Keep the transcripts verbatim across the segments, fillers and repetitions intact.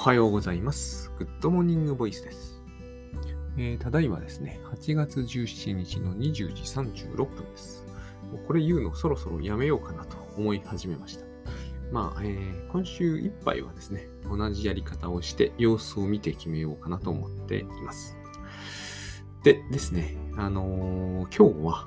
はようございます。グッドモーニングボイスです。えー、ただいまですね、はちがつじゅうしちにちのにじゅうじさんじゅうろっぷんです。もうこれ言うのそろそろやめようかなと思い始めました。まあ、えー、今週いっぱいはですね、同じやり方をして様子を見て決めようかなと思っています。でですね、あのー、今日は、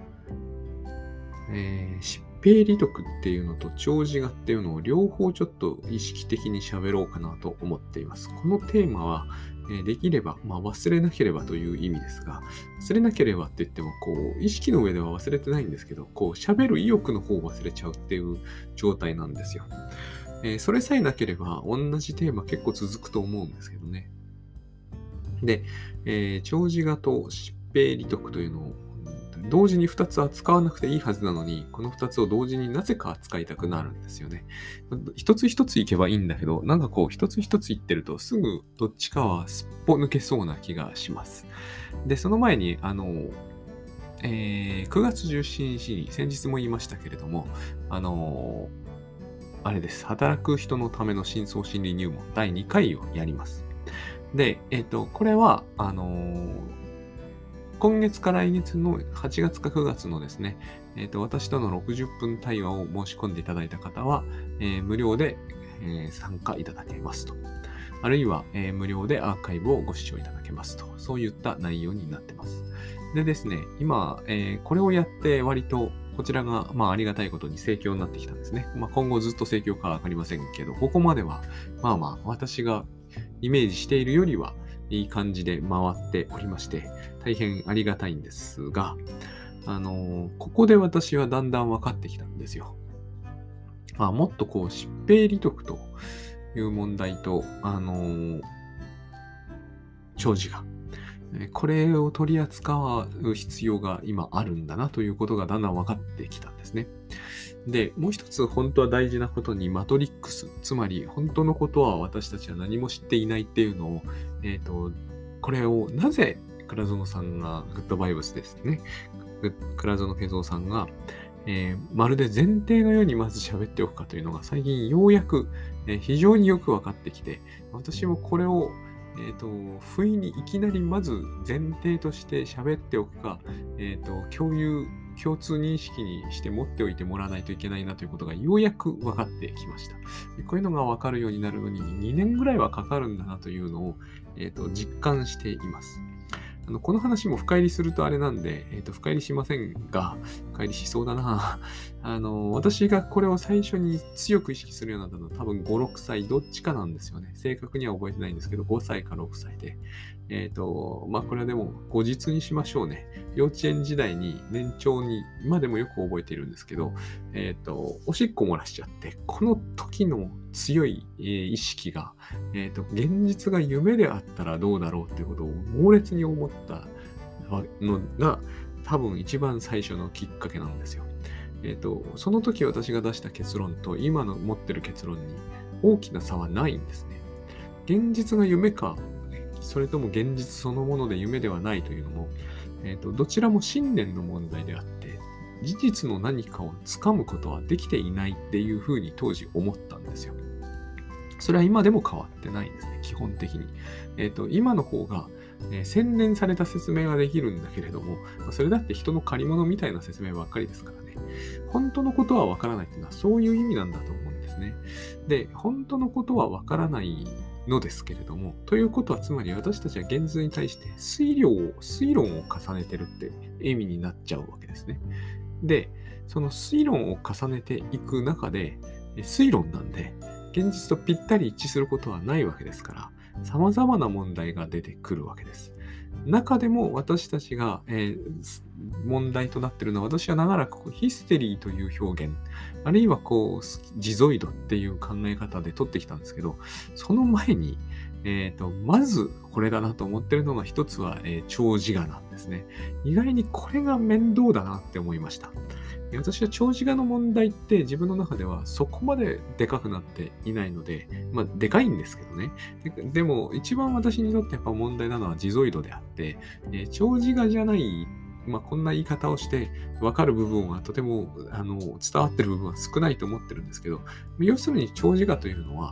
えー、疾病利得っていうのと長寿画っていうのを両方ちょっと意識的に喋ろうかなと思っています。このテーマは、えーできれば、まあ、忘れなければという意味ですが、忘れなければって言っても、こう、意識の上では忘れてないんですけど、こう、喋る意欲の方を忘れちゃうっていう状態なんですよ。えーそれさえなければ、同じテーマ結構続くと思うんですけどね。で、えー長寿画と疾病利得というのを同時にふたつ扱わなくていいはずなのに、このふたつを同時になぜか扱いたくなるんですよね。一つ一ついけばいいんだけど、なんかこう一つ一つ言ってるとすぐどっちかはすっぽ抜けそうな気がします。で、その前に、あの、えーくがつじゅうしちにちに先日も言いましたけれども、あの、あれです。働く人のための深層心理入門だいにかいをやります。で、えっと、これは、あのー今月か来月のはちがつかくがつのですね、えっと、私とのろくじゅっぷん対話を申し込んでいただいた方は、えー無料で、えー参加いただけますと。あるいは、えー無料でアーカイブをご視聴いただけますと。そういった内容になってます。でですね、今、えーこれをやって割とこちらが、まあ、ありがたいことに盛況になってきたんですね。まあ、今後ずっと盛況かわかりませんけど、ここまでは、まあまあ、私がイメージしているよりはいい感じで回っておりまして、大変ありがたいんですが、あのーここで私はだんだん分かってきたんですよ。あ、もっとこう、疾病利得という問題と、あのー長寿が、えこれを取り扱う必要が今あるんだなということがだんだん分かってきたんですね。で、もう一つ本当は大事なことにマトリックス、つまり本当のことは私たちは何も知っていないっていうのを、えっと、これをなぜ倉園さんが、グッドバイブスですね。グ倉園慶三さんが、えーまるで前提のようにまず喋っておくかというのが最近ようやく、えー非常によく分かってきて、私もこれを、えっと、不意にいきなりまず前提として喋っておくか、えっと、共有、共通認識にして持っておいてもらわないといけないなということがようやく分かってきました。でこういうのが分かるようになるのににねんぐらいはかかるんだなというのを、えっと、実感しています。あのこの話も深入りするとあれなんで、えっと、深入りしませんが、深入りしそうだな。あの、私がこれを最初に強く意識するようになったのは多分ご、ろくさいどっちかなんですよね。正確には覚えてないんですけど、ごさいかろくさいで。えっと、まあ、これはでも後日にしましょうね。幼稚園時代に年長に、今でもよく覚えているんですけど、えっと、おしっこ漏らしちゃって、この時の強い、えー意識が、えっと、現実が夢であったらどうだろうっていうことを猛烈に思ったのが、多分一番最初のきっかけなんですよ。えっと、その時私が出した結論と今の持ってる結論に大きな差はないんですね。現実が夢か、それとも現実そのもので夢ではないというのも、えっと、どちらも信念の問題であって、事実の何かをつかむことはできていないっていうふうに当時思ったんですよ。それは今でも変わってないんですね、基本的に。えっと、今の方が、えー洗練された説明はできるんだけれども、まあそれだって人の借り物みたいな説明ばっかりですからね。本当のことはわからないっていうのはそういう意味なんだと思うんですね。で、本当のことはわからないのですけれども、ということはつまり私たちは現実に対して推量を、推論を重ねてるって意味になっちゃうわけですね。で、その推論を重ねていく中で、え推論なんで、現実とぴったり一致することはないわけですから、様々な問題が出てくるわけです。中でも私たちが、えー問題となっているのは、私は長らくこうヒステリーという表現、あるいはこう、ジゾイドっていう考え方で取ってきたんですけど、その前に、えーと、まずこれだなと思っているのが一つは、えー長寿画なんですね。意外にこれが面倒だなって思いました。私は長寿画の問題って自分の中ではそこまででかくなっていないので、まあでかいんですけどね。で、でも一番私にとってやっぱ問題なのはジゾイドであって、えー長寿画じゃないまあ、こんな言い方をして分かる部分はとてもあの伝わってる部分は少ないと思ってるんですけど、要するに長寿画というのは、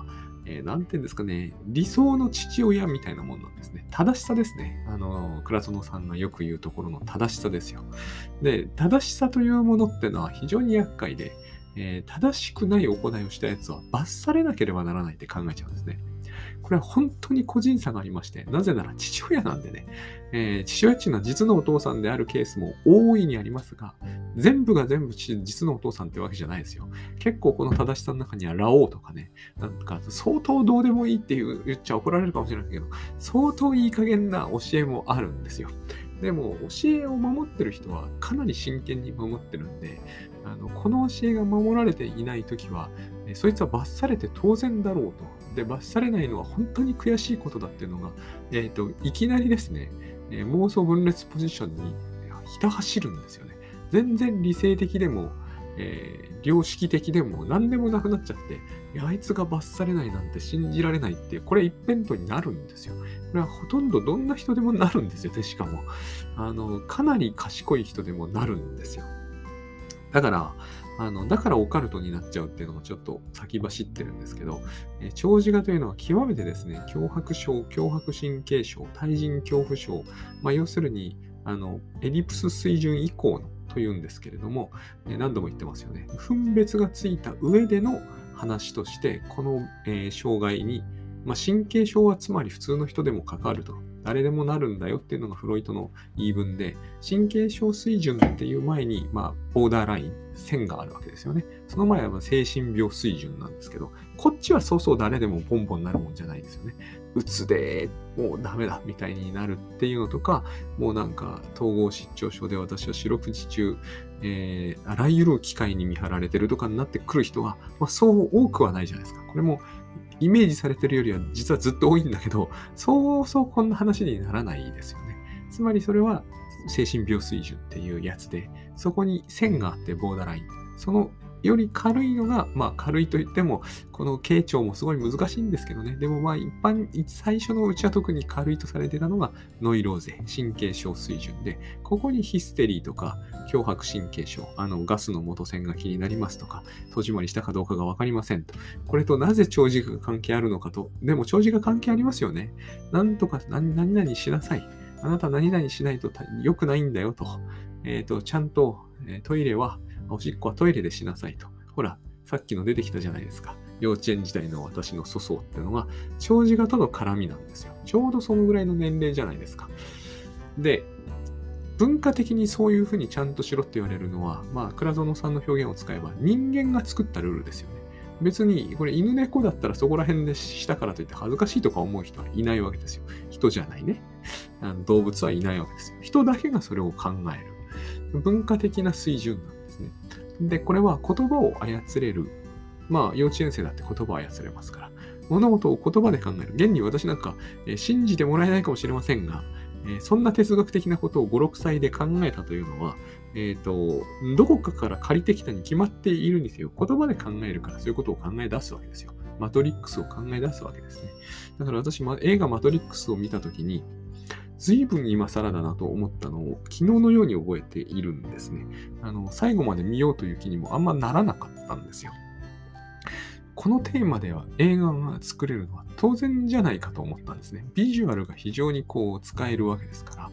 えー、なんて言うんですかね、理想の父親みたいなもんなんですね。正しさですね。あの、倉園さんがよく言うところの正しさですよ。で、正しさというものってのは非常に厄介で、えー正しくない行いをしたやつは罰されなければならないって考えちゃうんですね。これは本当に個人差がありまして、なぜなら父親なんでね、えー父親っていうのは実のお父さんであるケースも大いにありますが、全部が全部ち実のお父さんってわけじゃないですよ。結構この正しさの中にはラオウとかね、なんか相当どうでもいいっていう言っちゃ怒られるかもしれないけど、相当いい加減な教えもあるんですよ。でも教えを守ってる人はかなり真剣に守ってるんで、あのこの教えが守られていないときは、えそいつは罰されて当然だろうと。で、罰されないのは本当に悔しいことだっていうのが、えーと、いきなりですね、えー妄想分裂ポジションにひた走るんですよね。全然理性的でも、えー良識的でも何でもなくなっちゃって、いやあいつが罰されないなんて信じられないって、これ一辺倒になるんですよ。これはほとんどどんな人でもなるんですよね、しかも。あの、かなり賢い人でもなるんですよ。だから、あの、だからオカルトになっちゃうっていうのがちょっと先走ってるんですけど、えー長寿画というのは極めてですね、強迫症、強迫神経症、対人恐怖症、まあ、要するに、あの、エディプス水準以降のというんですけれども、えー何度も言ってますよね。分別がついた上での話として、この、えー障害に、まあ、神経症はつまり普通の人でもかかると。誰でもなるんだよっていうのがフロイトの言い分で、神経症水準っていう前に、まあ、ボーダーライン、線があるわけですよね。その前は精神病水準なんですけど、こっちはそうそう誰でもポンポンなるもんじゃないですよね。うつで、もうダメだみたいになるっていうのとか、もうなんか統合失調症で私は四六時中、えーあらゆる機会に見張られてるとかになってくる人は、まあ、そう多くはないじゃないですか。これもイメージされてるよりは実はずっと多いんだけど、そうそうこんな話にならないですよね。つまりそれは精神病水準っていうやつで、そこに線があってボーダーライン。そのより軽いのが、まあ軽いと言っても、この傾聴もすごい難しいんですけどね。でもまあ一般、最初のうちは特に軽いとされてたのがノイローゼ、神経症水準で、ここにヒステリーとか強迫神経症、あのガスの元栓が気になりますとか、戸締まりしたかどうかがわかりませんと。これとなぜ長寿が関係あるのかと。でも長寿が関係ありますよね。なんとか何何々しなさい。あなた何々しないと良くないんだよと。えっ、と、ちゃんと、えートイレは、おしっこはトイレでしなさいと。ほら、さっきの出てきたじゃないですか。幼稚園時代の私の粗相ってのが、長寿がとの絡みなんですよ。ちょうどそのぐらいの年齢じゃないですか。で、文化的にそういうふうにちゃんとしろって言われるのは、まあ、倉園さんの表現を使えば、人間が作ったルールですよね。別に、これ犬猫だったらそこら辺でしたからといって恥ずかしいとか思う人はいないわけですよ。人じゃないね。あの動物はいないわけですよ。人だけがそれを考える。文化的な水準なんですね。で、これは言葉を操れる。まあ、幼稚園生だって言葉を操れますから。物事を言葉で考える。現に私なんか、えー信じてもらえないかもしれませんが、えーそんな哲学的なことをご、ろくさいで考えたというのは、えっ、と、どこかから借りてきたに決まっているにせよ、言葉で考えるからそういうことを考え出すわけですよ。マトリックスを考え出すわけですね。だから私、ま、映画マトリックスを見たときに、随分今更だなと思ったのを昨日のように覚えているんですね。あの、最後まで見ようという気にもあんまならなかったんですよ。このテーマでは映画が作れるのは当然じゃないかと思ったんですね。ビジュアルが非常にこう使えるわけですから、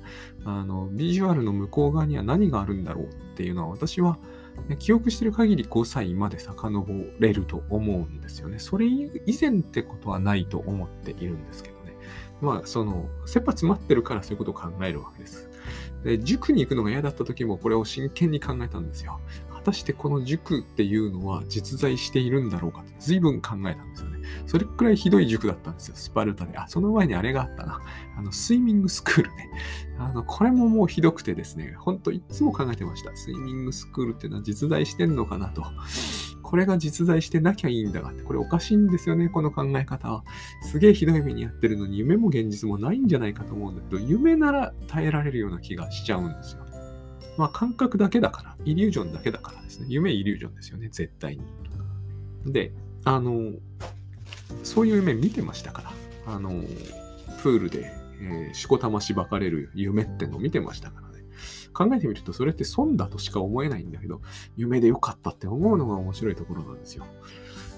あの、ビジュアルの向こう側には何があるんだろうっていうのは私は記憶してる限りごさいまで遡れると思うんですよね。それ以前ってことはないと思っているんですけどね。まあ、その、切羽詰まってるからそういうことを考えるわけです。で、塾に行くのが嫌だった時もこれを真剣に考えたんですよ。果たしてこの塾っていうのは実在しているんだろうかと随分考えたんですよね。それくらいひどい塾だったんですよ、スパルタで。あ、その前にあれがあったな。あの、スイミングスクールね。あの、これももうひどくてですね、ほんといつも考えてました。スイミングスクールっていうのは実在してんのかなと。これが実在してなきゃいいんだがって、これおかしいんですよね、この考え方は。すげえひどい目にやってるのに、夢も現実もないんじゃないかと思うんだけど、夢なら耐えられるような気がしちゃうんですよ。まあ感覚だけだから、イリュージョンだけだからですね。夢イリュージョンですよね、絶対に。で、あの、そういう夢見てましたから。あの、プールで、えー、しこたましばかれる夢ってのを見てましたからね。考えてみるとそれって損だとしか思えないんだけど、夢でよかったって思うのが面白いところなんですよ。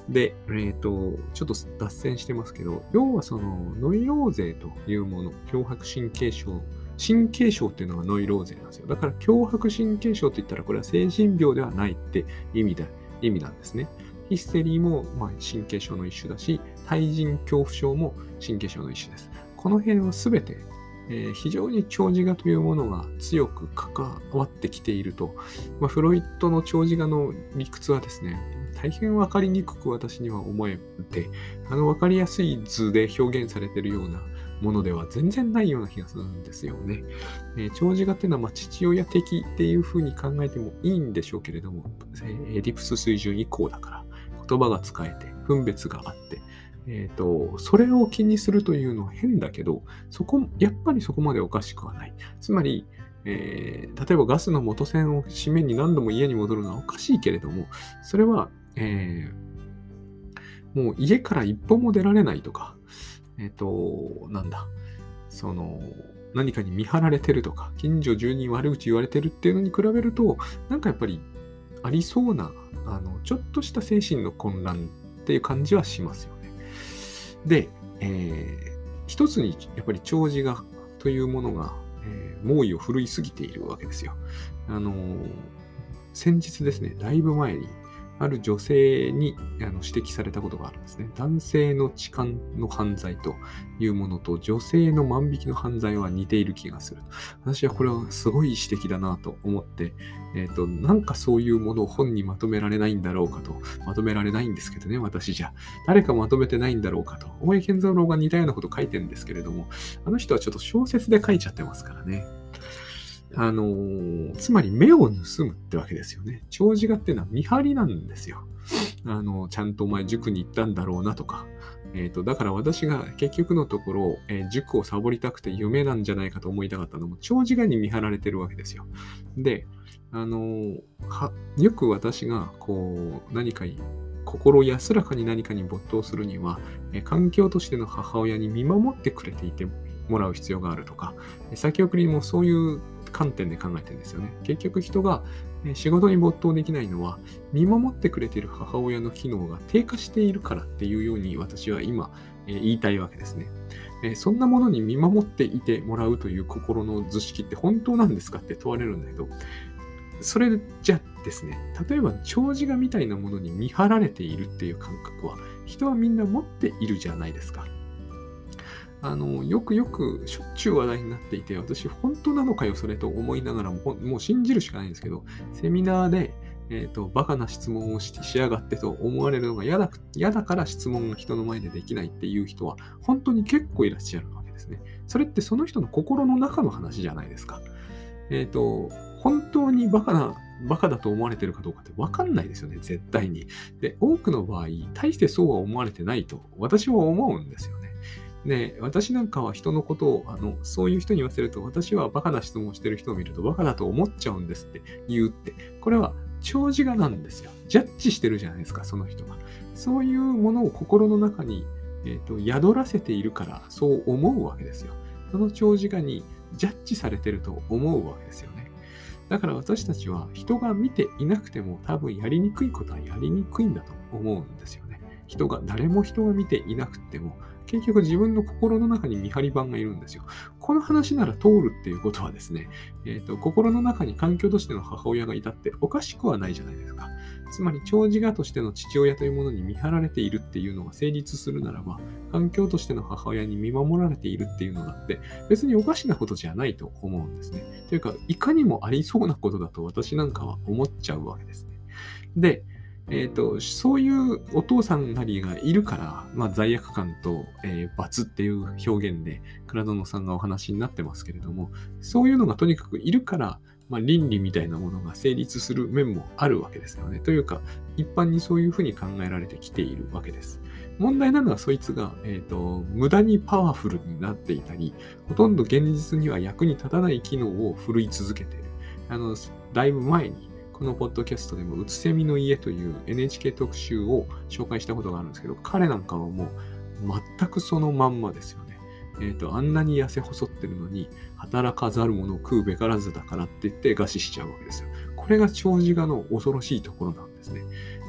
で、えっと、ちょっと脱線してますけど、要はそのノイローゼというもの、強迫神経症、神経症っていうのがノイローゼなんですよ。だから強迫神経症といったらこれは精神病ではないって意味だ、意味なんですね。ヒステリーもまあ神経症の一種だし、対人恐怖症も神経症の一種です。この辺は全て、えー非常に長寿画というものが強く関わってきていると、まあ、フロイトの長寿画の理屈はですね、大変分かりにくく私には思えて、あの分かりやすい図で表現されているようなものでは全然ないような気がするんですよね。えー長寿画っていうのはまあ父親的っていうふうに考えてもいいんでしょうけれども、えーエディプス水準以降だから言葉が使えて分別があって、えーと、それを気にするというのは変だけど、そこ、やっぱりそこまでおかしくはない。つまり、えー例えばガスの元栓を閉めに何度も家に戻るのはおかしいけれども、それは、えーもう家から一歩も出られないとか、えっ、と、なんだ、その、何かに見張られてるとか、近所中に悪口言われてるっていうのに比べると、なんかやっぱりありそうな、あの、ちょっとした精神の混乱っていう感じはしますよね。で、えー一つにやっぱり長寿画というものが、えー猛威を振るいすぎているわけですよ。あのー先日ですね、だいぶ前に、ある女性にあの指摘されたことがあるんですね。男性の痴漢の犯罪というものと女性の万引きの犯罪は似ている気がする。私はこれはすごい指摘だなと思って、えっと、なんかそういうものを本にまとめられないんだろうかと、まとめられないんですけどね、私じゃ。誰かまとめてないんだろうかと。大江健三郎が似たようなこと書いてるんですけれども、あの人はちょっと小説で書いちゃってますからね。あのーつまり目を盗むってわけですよね。長寿画っていうのは見張りなんですよ。あの、ちゃんとお前塾に行ったんだろうなとか。えっと、だから私が結局のところ、えー塾をサボりたくて夢なんじゃないかと思いたかったのも、長寿画に見張られてるわけですよ。で、あのーはよく私が、こう、何か心安らかに何かに没頭するには、えー環境としての母親に見守ってくれていてもらう必要があるとか、えー先送りもそういう観点で考えてるんですよね。結局人がえー仕事に没頭できないのは、見守ってくれている母親の機能が低下しているからっていうように私は今、えー言いたいわけですね。えーそんなものに見守っていてもらうという心の図式って本当なんですかって問われるんだけど、それじゃですね、例えば長寿画みたいなものに見張られているっていう感覚は人はみんな持っているじゃないですか。あの、よくよくしょっちゅう話題になっていて、私本当なのかよそれと思いながらも、ほんもう信じるしかないんですけど、セミナーで、えっと、バカな質問をししやがってと思われるのが嫌だ、嫌だから質問が人の前でできないっていう人は本当に結構いらっしゃるわけですね。それってその人の心の中の話じゃないですか。えっと、本当にバカな、バカだと思われてるかどうかって分かんないですよね、絶対に。で、多くの場合、大してそうは思われてないと私は思うんですよね。で、私なんかは人のことを、あの、そういう人に言わせると、私はバカな質問をしてる人を見るとバカだと思っちゃうんですって言うって、これは長寿画なんですよ。ジャッジしてるじゃないですか、その人が。そういうものを心の中に、えーと、宿らせているから、そう思うわけですよ。その長寿画にジャッジされてると思うわけですよね。だから私たちは人が見ていなくても多分やりにくいことはやりにくいんだと思うんですよね。人が、誰も人が見ていなくても、結局自分の心の中に見張り番がいるんですよ。この話なら通るっていうことはですね、えーと、心の中に環境としての母親がいたっておかしくはないじゃないですか。つまり長寿画としての父親というものに見張られているっていうのが成立するならば、環境としての母親に見守られているっていうのだって別におかしなことじゃないと思うんですね。というか、いかにもありそうなことだと私なんかは思っちゃうわけですね。で、えーと、そういうお父さんなりがいるから、まあ、罪悪感と、えー罰っていう表現で倉園さんがお話になってますけれども、そういうのがとにかくいるから、まあ、倫理みたいなものが成立する面もあるわけですよね。というか、一般にそういうふうに考えられてきているわけです。問題なのはそいつが、えーと、無駄にパワフルになっていたり、ほとんど現実には役に立たない機能を振るい続けている。あの、だいぶ前に、このポッドキャストでも、うつせみの家という エヌエイチケー 特集を紹介したことがあるんですけど、彼なんかはもう全くそのまんまですよね。えっと、あんなに痩せ細ってるのに、働かざる者食うべからずだからって言って餓死しちゃうわけですよ。これが長寿画の恐ろしいところなんですね。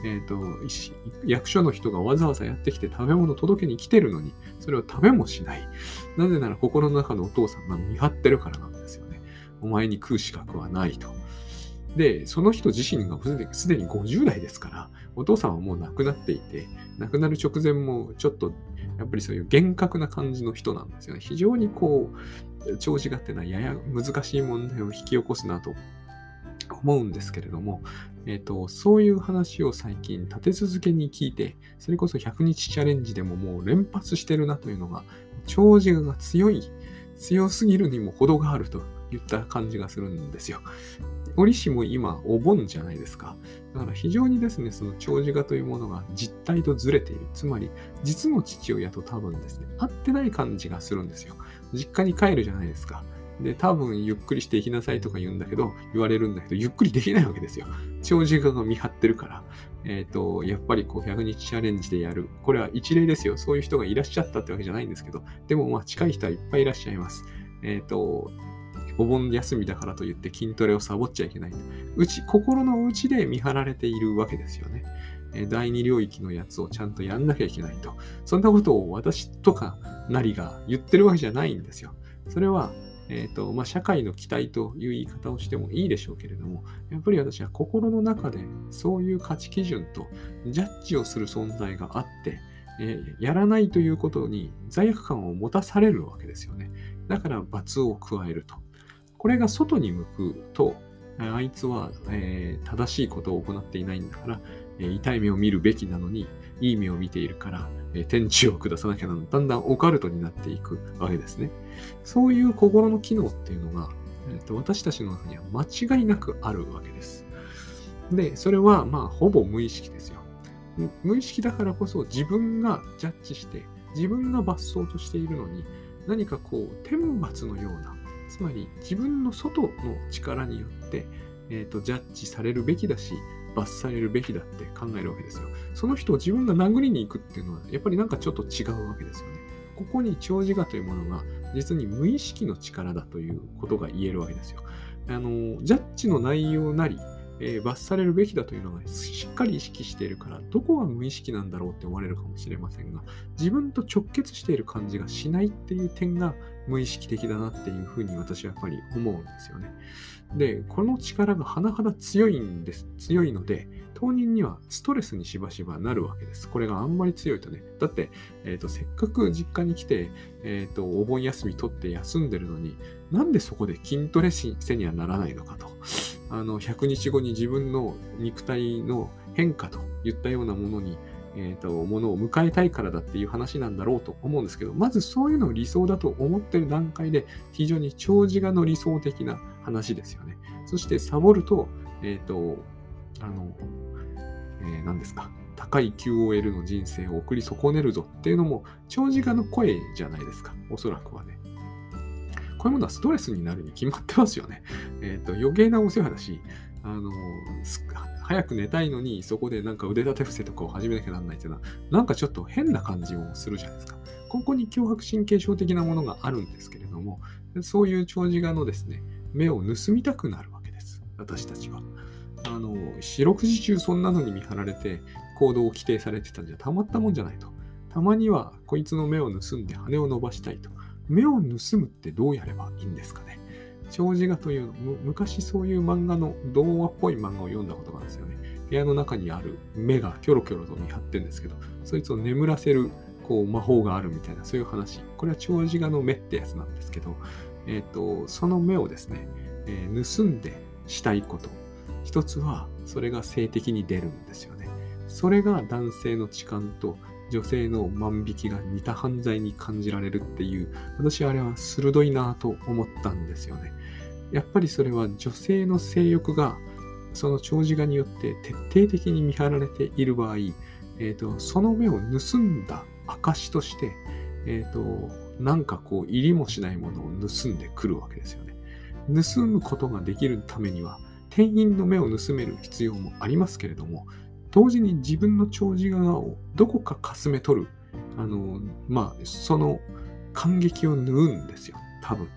えっと、し役所の人がわざわざやってきて食べ物届けに来てるのに、それを食べもしない。なぜなら心の中のお父さんが見張ってるからなんですよね。お前に食う資格はないと。で、その人自身がすでにすでにごじゅう代ですから、お父さんはもう亡くなっていて、亡くなる直前もちょっと、やっぱりそういう厳格な感じの人なんですよね。非常にこう、長寿がってのはやや難しい問題を引き起こすなと思うんですけれども、えっと、そういう話を最近立て続けに聞いて、それこそひゃくにちチャレンジでももう連発してるなというのが、長寿が強い、強すぎるにも程があるといった感じがするんですよ。折しも今、お盆じゃないですか。だから非常にですね、その長寿画というものが実態とずれている。つまり、実の父親と多分ですね、合ってない感じがするんですよ。実家に帰るじゃないですか。で、多分ゆっくりして行きなさいとか言うんだけど、言われるんだけど、ゆっくりできないわけですよ。長寿画が見張ってるから。えっと、やっぱりこうひゃくにちチャレンジでやる。これは一例ですよ。そういう人がいらっしゃったってわけじゃないんですけど、でもまあ近い人はいっぱいいらっしゃいます。えっと、お盆休みだからといって筋トレをサボっちゃいけない。うち、心の内で見張られているわけですよね。え第二領域のやつをちゃんとやんなきゃいけないと。そんなことを私とかなりが言ってるわけじゃないんですよ。それは、えっと、まあ、社会の期待という言い方をしてもいいでしょうけれども、やっぱり私は心の中でそういう価値基準とジャッジをする存在があって、えーやらないということに罪悪感を持たされるわけですよね。だから罰を加えると。これが外に向くと、あいつは、えー正しいことを行っていないんだから、えー痛い目を見るべきなのに、いい目を見ているから、えー天地を下さなきゃなのだんだんオカルトになっていくわけですね。そういう心の機能っていうのが、えーと私たちの中には間違いなくあるわけです。で、それはまあほぼ無意識ですよ。む無意識だからこそ自分がジャッジして、自分が罰そうとしているのに、何かこう天罰のような、つまり自分の外の力によって、えーと、ジャッジされるべきだし、罰されるべきだって考えるわけですよ。その人を自分が殴りに行くっていうのは、やっぱりなんかちょっと違うわけですよね。ここに長寿我というものが、実に無意識の力だということが言えるわけですよ。あの、ジャッジの内容なり、えー罰されるべきだというのがしっかり意識しているから、どこが無意識なんだろうって思われるかもしれませんが、自分と直結している感じがしないっていう点が無意識的だなっていうふうに私はやっぱり思うんですよね。で、この力が甚だ強いんです。強いので、当人にはストレスにしばしばなるわけです。これがあんまり強いとね。だって、えーと、せっかく実家に来て、えーと、お盆休み取って休んでるのに、なんでそこで筋トレしせにはならないのかと。あの、ひゃくにちごに自分の肉体の変化といったようなものに、えっと、ものを迎えたいからだっていう話なんだろうと思うんですけど、まずそういうのを理想だと思ってる段階で、非常に長寿画の理想的な話ですよね。そしてサボると、えっと、あの、えー何ですか、高い キューオーエル の人生を送り損ねるぞっていうのも、長寿画の声じゃないですか。おそらくはね。こういうものはストレスになるに決まってますよね。えっと、余計なお世話だし、あの、す早く寝たいのに、そこでなんか腕立て伏せとかを始めなきゃなんないっていうのは、なんかちょっと変な感じもするじゃないですか。ここに強迫神経症的なものがあるんですけれども、そういう長寿画のですね、目を盗みたくなるわけです。私たちは。あの、四六時中そんなのに見張られて、行動を規定されてたんじゃたまったもんじゃないと。たまにはこいつの目を盗んで羽を伸ばしたいと。目を盗むってどうやればいいんですかね。長寿画というの、昔そういう漫画の童話っぽい漫画を読んだことがあるんですよね。部屋の中にある目がキョロキョロと見張ってるんですけど、そいつを眠らせるこう魔法があるみたいな、そういう話。これは長寿画の目ってやつなんですけど、えっと、その目をですね、えー盗んでしたいこと。一つは、それが性的に出るんですよね。それが男性の痴漢と女性の万引きが似た犯罪に感じられるっていう、私はあれは鋭いなと思ったんですよね。やっぱりそれは女性の性欲がその長寿画によって徹底的に見張られている場合、えーと、その目を盗んだ証として、えーと、なんかこう入りもしないものを盗んでくるわけですよね。盗むことができるためには店員の目を盗める必要もありますけれども、同時に自分の長寿画をどこかかすめ取る、あの、まあ、その感激を縫うんですよ、多分。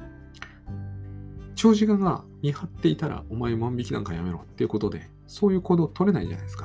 長寿画が見張っていたら、お前万引きなんかやめろっていうことで、そういう行動を取れないじゃないですか。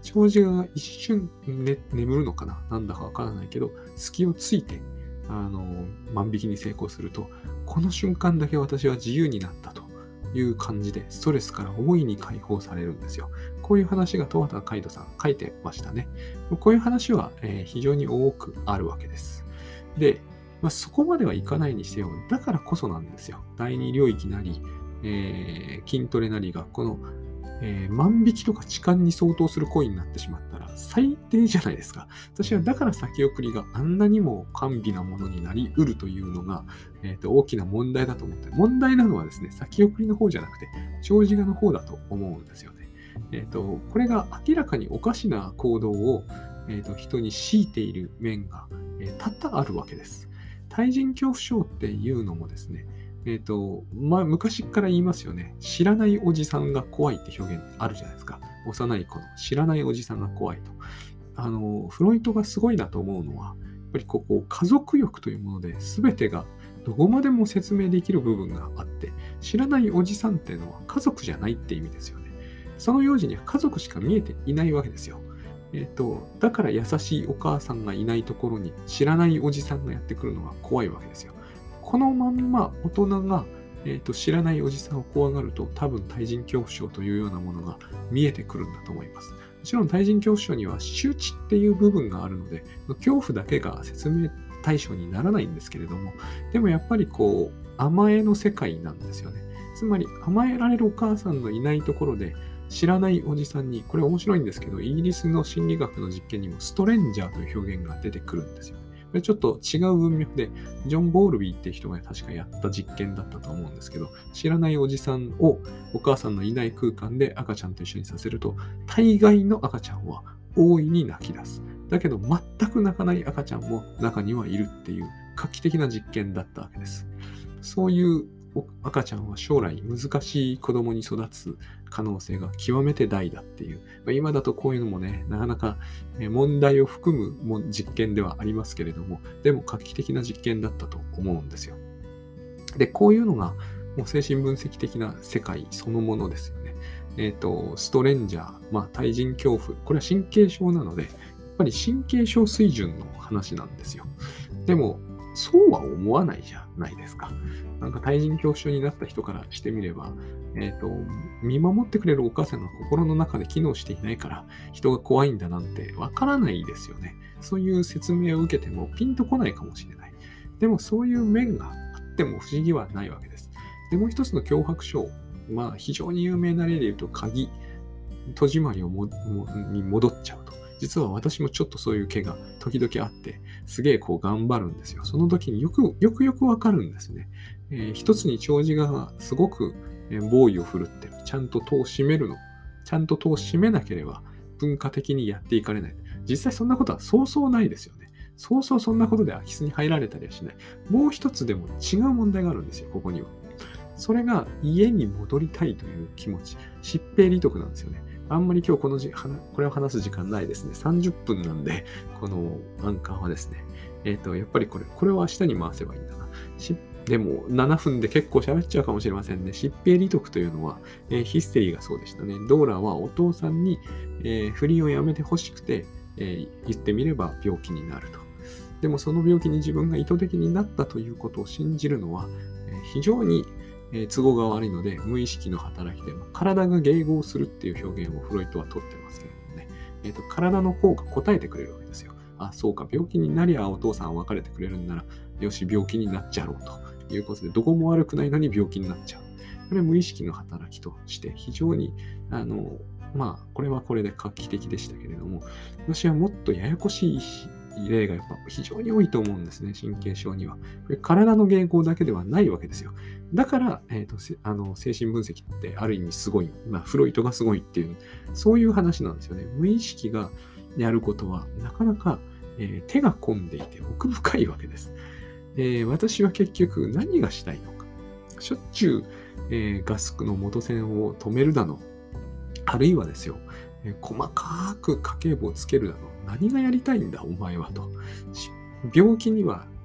長寿が一瞬、ね、眠るのかななんだかわからないけど、隙をついて、あの、万引きに成功すると、この瞬間だけ私は自由になったという感じで、ストレスから大いに解放されるんですよ。こういう話が戸畑海人さん書いてましたね。こういう話は、えー非常に多くあるわけです。で、まあ、そこまではいかないにせよ、だからこそなんですよ。第二領域なり、えー筋トレなりが、この、えー万引きとか痴漢に相当する行為になってしまったら最低じゃないですか。私はだから先送りがあんなにも甘美なものになり得るというのが、えーと、大きな問題だと思って、問題なのはですね、先送りの方じゃなくて、長寿画の方だと思うんですよね。えーと、これが明らかにおかしな行動を、えーと、人に強いている面が、えー多々あるわけです。対人恐怖症っていうのもですね、えっと、まあ、昔から言いますよね。知らないおじさんが怖いって表現あるじゃないですか。幼い子の知らないおじさんが怖いと。あの、フロイトがすごいなと思うのは、やっぱりここ、家族欲というもので、全てがどこまでも説明できる部分があって、知らないおじさんっていうのは家族じゃないって意味ですよね。その幼児には家族しか見えていないわけですよ。えっと、だから優しいお母さんがいないところに知らないおじさんがやってくるのが怖いわけですよ。このまんま大人が、えーと、知らないおじさんを怖がると多分対人恐怖症というようなものが見えてくるんだと思います。もちろん対人恐怖症には周知っていう部分があるので、恐怖だけが説明対象にならないんですけれども、でもやっぱりこう甘えの世界なんですよね。つまり甘えられるお母さんのいないところで知らないおじさんに、これ面白いんですけど、イギリスの心理学の実験にもストレンジャーという表現が出てくるんですよ。これちょっと違う文脈で、ジョン・ボールビーっていう人が確かやった実験だったと思うんですけど、知らないおじさんをお母さんのいない空間で赤ちゃんと一緒にさせると、大概の赤ちゃんは大いに泣き出す。だけど全く泣かない赤ちゃんも中にはいるっていう画期的な実験だったわけです。そういう赤ちゃんは将来難しい子供に育つ可能性が極めて大だっていう。今だとこういうのもね、なかなか問題を含む実験ではありますけれども、でも画期的な実験だったと思うんですよ。で、こういうのがもう精神分析的な世界そのものですよね。えっと、ストレンジャー、まあ対人恐怖、これは神経症なので、やっぱり神経症水準の話なんですよ。でも、そうは思わないじゃないですか。なんか対人恐怖症になった人からしてみれば、えっと、見守ってくれるお母さんが心の中で機能していないから人が怖いんだなんてわからないですよね。そういう説明を受けてもピンとこないかもしれない。でもそういう面があっても不思議はないわけです。で、もう一つの脅迫症。まあ非常に有名な例で言うと鍵、戸締まりをももに戻っちゃうと。実は私もちょっとそういう毛が時々あって、すげえこう頑張るんですよ。その時によくよくよくわかるんですね。えー一つに長寿がすごくえー防御を振るってる。ちゃんと戸を閉めるの。ちゃんと戸を閉めなければ文化的にやっていかれない。実際そんなことはそうそうないですよね。そうそうそんなことで空き巣に入られたりはしない。もう一つでも違う問題があるんですよ、ここには。それが家に戻りたいという気持ち。疾病利得なんですよね。あんまり今日このじこれを話す時間ないですね。さんじゅっぷんなんで、このアンカーはですね。えっと、やっぱりこれ、これを明日に回せばいいんだな。しでも、ななふんで結構喋っちゃうかもしれませんね。疾病利得というのは、えーヒステリーがそうでしたね。ドーラはお父さんに、えー不倫をやめてほしくて、えー言ってみれば病気になると。でもその病気に自分が意図的になったということを信じるのは、えー非常にえー都合が悪いので、無意識の働きでも体が迎合するっていう表現をフロイトは取ってますけれどもね。えーと、体の方が答えてくれるわけですよ。あ、そうか、病気になりゃお父さんは別れてくれるんなら、よし、病気になっちゃろうということで、どこも悪くないのに病気になっちゃう。これは無意識の働きとして非常に、あの、まあ、これはこれで画期的でしたけれども、私はもっとややこしい例がやっぱ非常に多いと思うんですね、神経症には。これ体の傾向だけではないわけですよ。だから、えーと、あの精神分析ってある意味すごい、まあ、フロイトがすごいっていう、そういう話なんですよね。無意識がやることはなかなか、えー、手が込んでいて奥深いわけです。えー、私は結局何がしたいのか。しょっちゅう、えー、ガスの元栓を止めるだの、あるいはですよ、えー、細かく家計簿をつけるだの、何がやりたいんだお前はと。病気には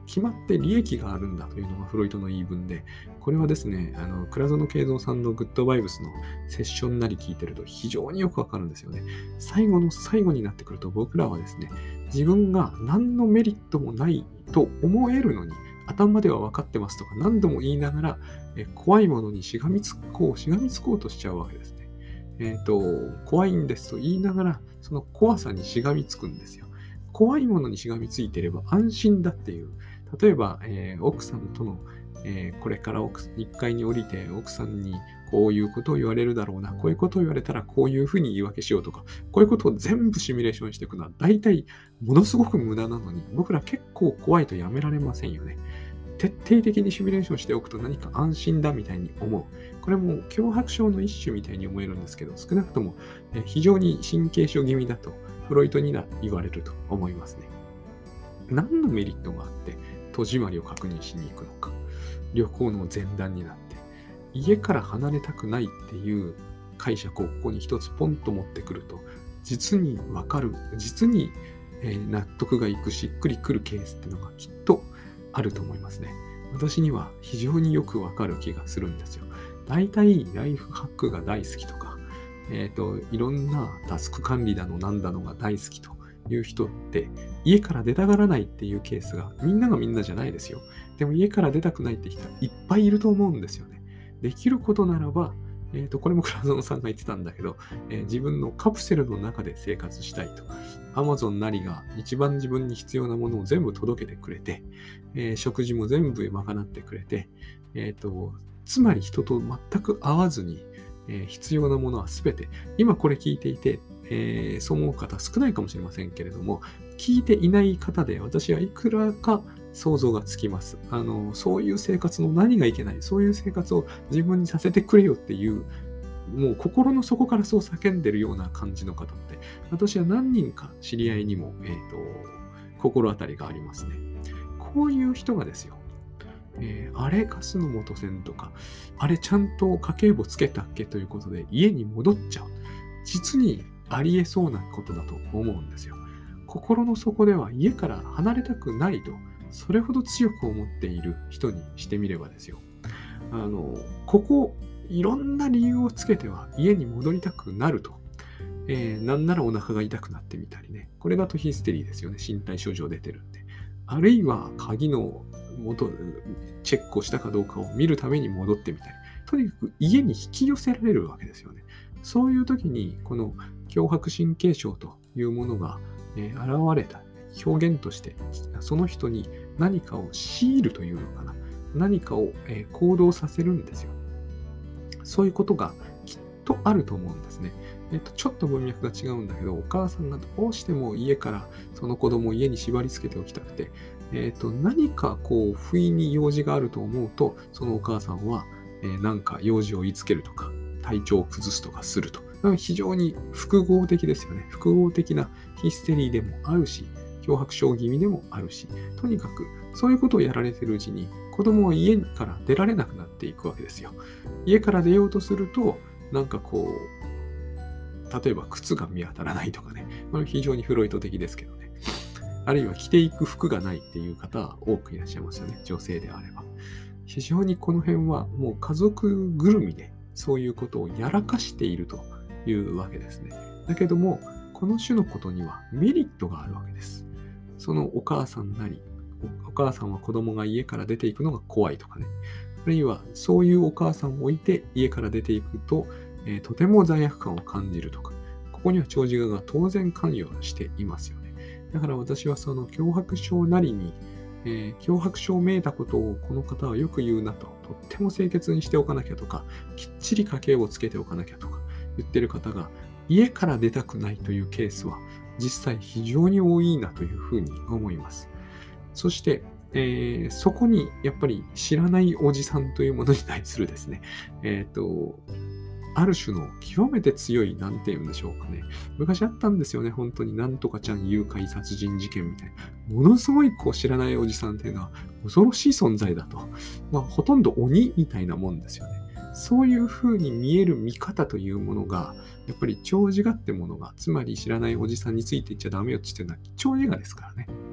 決まって利益があるんだというのがフロイトの言い分で、これはですね、あの倉園慶三さんのグッドバイブスのセッションなり聞いてると非常によくわかるんですよね。最後の最後になってくると僕らはですね、自分が何のメリットもないと思えるのに、頭では分かってますとか何度も言いながら、え怖いものにしがみつこう、しがみつこうとしちゃうわけですね。えっと、怖いんですと言いながら、その怖さにしがみつくんですよ。怖いものにしがみついていれば安心だっていう。例えば、えー奥さんとの、えーこれから奥いっかいに降りて奥さんにこういうことを言われるだろうな、こういうことを言われたらこういうふうに言い訳しようとか、こういうことを全部シミュレーションしていくのは大体ものすごく無駄なのに、僕ら結構怖いとやめられませんよね。徹底的にシミュレーションしておくと何か安心だみたいに思う。これも強迫症の一種みたいに思えるんですけど、少なくともえー非常に神経症気味だとフロイトには言われると思いますね。何のメリットがあって戸締まりを確認しに行くのか。旅行の前段になって、家から離れたくないっていう解釈をここに一つポンと持ってくると、実にわかる、実にえー納得がいくしっくりくるケースっていうのがきっとあると思いますね。私には非常によくわかる気がするんですよ。大体ライフハックが大好きとか、えっと、いろんなタスク管理だのなんだのが大好きという人って、家から出たがらないっていうケースがみんながみんなじゃないですよ。でも家から出たくないって人はいっぱいいると思うんですよね。できることならば、えっと、これも倉園さんが言ってたんだけど、えー自分のカプセルの中で生活したいと。Amazon なりが一番自分に必要なものを全部届けてくれて、えー食事も全部賄ってくれて、えっと、つまり人と全く会わずに、えー必要なものはすべて、今これ聞いていて、えーそう思う方少ないかもしれませんけれども、聞いていない方で私はいくらか想像がつきます。あの、そういう生活の何がいけない、そういう生活を自分にさせてくれよっていう、もう心の底からそう叫んでるような感じの方って、私は何人か知り合いにも、えっと、心当たりがありますね。こういう人がですよ、えーあれガスの元栓とか、あれちゃんと家計簿つけたっけということで家に戻っちゃう。実にありえそうなことだと思うんですよ。心の底では家から離れたくないと、それほど強く思っている人にしてみればですよ。あの、ここ、いろんな理由をつけては家に戻りたくなると。えーなんならお腹が痛くなってみたりね。これだとヒステリーですよね。身体症状出てるんで。あるいは鍵の元、チェックをしたかどうかを見るために戻ってみたり。とにかく家に引き寄せられるわけですよね。そういう時に、この強迫神経症というものが、えー現れた表現として、その人に何かを強いるというのかな。何かを、えー行動させるんですよ。そういうことがきっとあると思うんですね。えっと、ちょっと文脈が違うんだけど、お母さんがどうしても家からその子供を家に縛り付けておきたくて、えっと、何かこう、不意に用事があると思うと、そのお母さんは、えーなんか用事を言いつけるとか、体調を崩すとかすると。非常に複合的ですよね。複合的なヒステリーでもあるし、強迫症気味でもあるし、とにかくそういうことをやられているうちに、子供は家から出られなくなっていくわけですよ。家から出ようとすると、なんかこう、例えば靴が見当たらないとかね、これ非常にフロイト的ですけどね。あるいは着ていく服がないっていう方は多くいらっしゃいますよね。女性であれば。非常にこの辺はもう家族ぐるみでそういうことをやらかしているというわけですね。だけども、この種のことにはメリットがあるわけです。そのお母さんなり、おお母さんは子供が家から出ていくのが怖いとかね。あるいはそういうお母さんを置いて家から出ていくと、えーとても罪悪感を感じるとか。ここには長寿側が当然関与していますよね。だから私はその強迫症なりに、えー強迫症めいたことをこの方はよく言うなと、とっても清潔にしておかなきゃとか、きっちり家計をつけておかなきゃとか言ってる方が、家から出たくないというケースは実際非常に多いなというふうに思います。そして、えーそこにやっぱり知らないおじさんというものに対するですね、えっと、ある種の極めて強い、なんて言うんでしょうかね。昔あったんですよね、本当になんとかちゃん誘拐殺人事件みたいな。ものすごいこう知らないおじさんっていうのは恐ろしい存在だと。まあ、ほとんど鬼みたいなもんですよね。そういう風に見える見方というものが、やっぱり長寿我ってものが、つまり知らないおじさんについていっちゃダメよって言ってるのは長寿我ですからね。